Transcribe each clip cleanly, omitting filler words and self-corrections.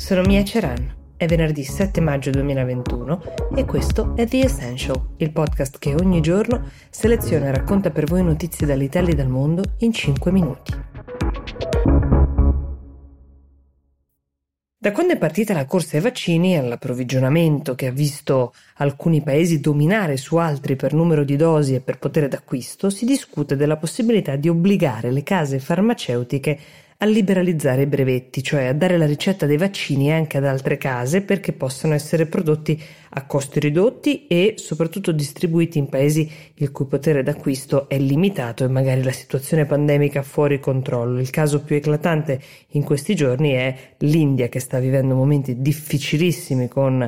Sono Mia Ceran. È venerdì 7 maggio 2021 e questo è The Essential, il podcast che ogni giorno seleziona e racconta per voi notizie dall'Italia e dal mondo in 5 minuti. Da quando è partita la corsa ai vaccini e all'approvvigionamento che ha visto alcuni paesi dominare su altri per numero di dosi e per potere d'acquisto, si discute della possibilità di obbligare le case farmaceutiche a liberalizzare i brevetti, cioè a dare la ricetta dei vaccini anche ad altre case perché possano essere prodotti a costi ridotti e soprattutto distribuiti in paesi il cui potere d'acquisto è limitato e magari la situazione pandemica fuori controllo. Il caso più eclatante in questi giorni è l'India, che sta vivendo momenti difficilissimi con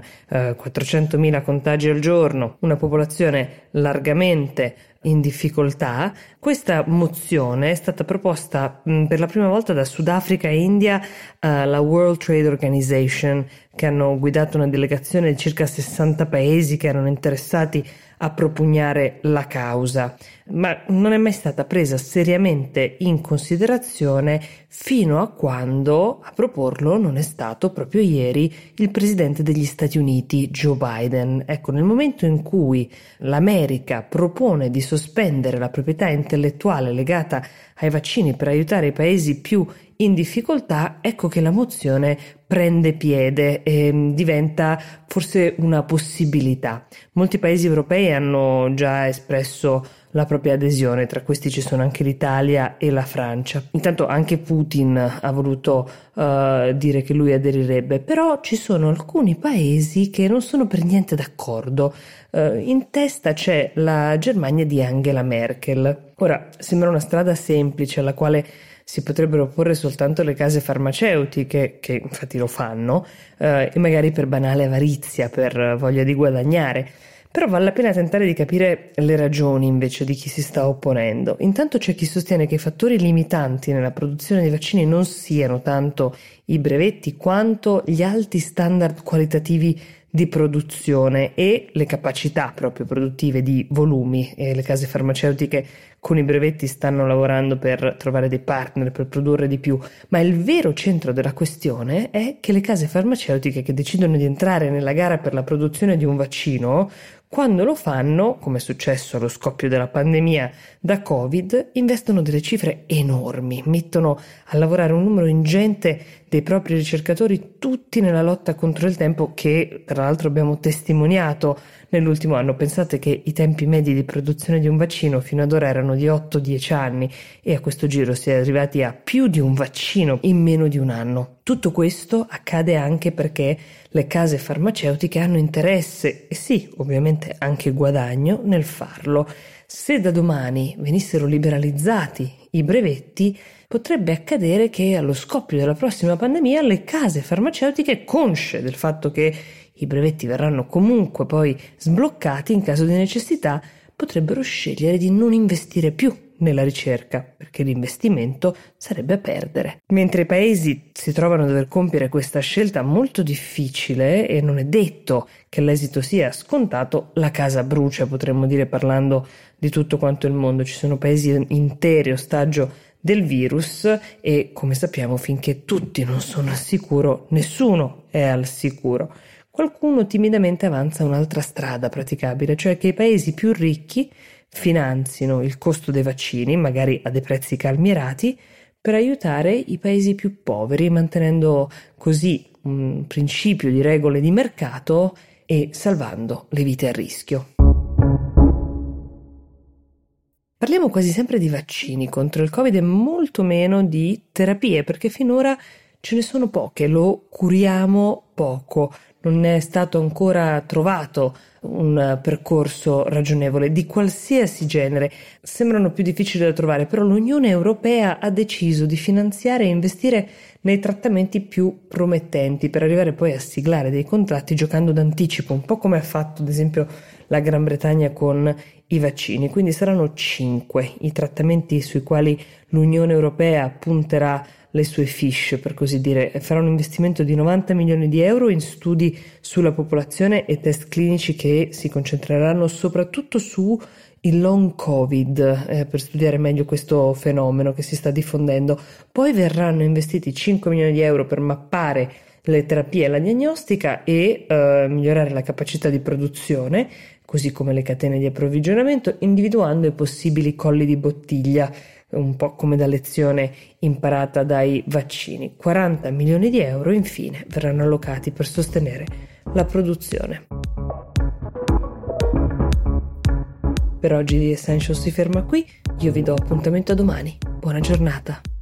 400.000 contagi al giorno, una popolazione largamente in difficoltà. Questa mozione è stata proposta per la prima volta da Sudafrica e India, la World Trade Organization, che hanno guidato una delegazione di circa 60 paesi che erano interessati a propugnare la causa, ma non è mai stata presa seriamente in considerazione fino a quando a proporlo non è stato proprio ieri il presidente degli Stati Uniti, Joe Biden. Ecco, nel momento in cui l'America propone di sospendere la proprietà intellettuale legata ai vaccini per aiutare i paesi più in difficoltà, ecco che la mozione prende piede e diventa forse una possibilità. Molti paesi europei hanno già espresso la propria adesione, tra questi ci sono anche l'Italia e la Francia. Intanto anche Putin ha voluto dire che lui aderirebbe, però ci sono alcuni paesi che non sono per niente d'accordo. In testa c'è la Germania di Angela Merkel. Ora, sembra una strada semplice alla quale si potrebbero opporre soltanto le case farmaceutiche, che infatti lo fanno, e magari per banale avarizia, per voglia di guadagnare. Però vale la pena tentare di capire le ragioni invece di chi si sta opponendo. Intanto c'è chi sostiene che i fattori limitanti nella produzione di vaccini non siano tanto i brevetti quanto gli alti standard qualitativi di produzione e le capacità proprio produttive di volumi, e le case farmaceutiche con i brevetti stanno lavorando per trovare dei partner per produrre di più, ma il vero centro della questione è che le case farmaceutiche che decidono di entrare nella gara per la produzione di un vaccino, quando lo fanno, come è successo allo scoppio della pandemia da Covid, investono delle cifre enormi, mettono a lavorare un numero ingente dei propri ricercatori, tutti nella lotta contro il tempo che tra l'altro abbiamo testimoniato nell'ultimo anno. Pensate che i tempi medi di produzione di un vaccino fino ad ora erano di 8-10 anni e a questo giro si è arrivati a più di un vaccino in meno di un anno. Tutto questo accade anche perché le case farmaceutiche hanno interesse e sì, ovviamente anche guadagno nel farlo. Se da domani venissero liberalizzati i brevetti, potrebbe accadere che allo scoppio della prossima pandemia le case farmaceutiche, consce del fatto che i brevetti verranno comunque poi sbloccati in caso di necessità, potrebbero scegliere di non investire più nella ricerca, perché l'investimento sarebbe a perdere. Mentre i paesi si trovano a dover compiere questa scelta molto difficile e non è detto che l'esito sia scontato, la casa brucia, potremmo dire, parlando di tutto quanto il mondo. Ci sono paesi interi ostaggio del virus e, come sappiamo, finché tutti non sono al sicuro, nessuno è al sicuro. Qualcuno timidamente avanza un'altra strada praticabile, cioè che i paesi più ricchi finanzino il costo dei vaccini, magari a dei prezzi calmierati, per aiutare i paesi più poveri, mantenendo così un principio di regole di mercato e salvando le vite a rischio. Parliamo quasi sempre di vaccini contro il Covid e molto meno di terapie, perché finora ce ne sono poche, lo curiamo poco. Non è stato ancora trovato un percorso ragionevole di qualsiasi genere. Sembrano più difficili da trovare, però l'Unione Europea ha deciso di finanziare e investire nei trattamenti più promettenti per arrivare poi a siglare dei contratti giocando d'anticipo, un po' come ha fatto ad esempio la Gran Bretagna con i vaccini. Quindi saranno 5 i trattamenti sui quali l'Unione Europea punterà le sue fiche, per così dire. Farà un investimento di 90 milioni di euro in studi sulla popolazione e test clinici che si concentreranno soprattutto su il long covid, per studiare meglio questo fenomeno che si sta diffondendo. Poi verranno investiti 5 milioni di euro per mappare le terapie e la diagnostica e migliorare la capacità di produzione, così come le catene di approvvigionamento, individuando i possibili colli di bottiglia, un po' come da lezione imparata dai vaccini. 40 milioni di euro infine verranno allocati per sostenere la produzione. Per oggi The Essential si ferma qui, io vi do appuntamento a domani. Buona giornata.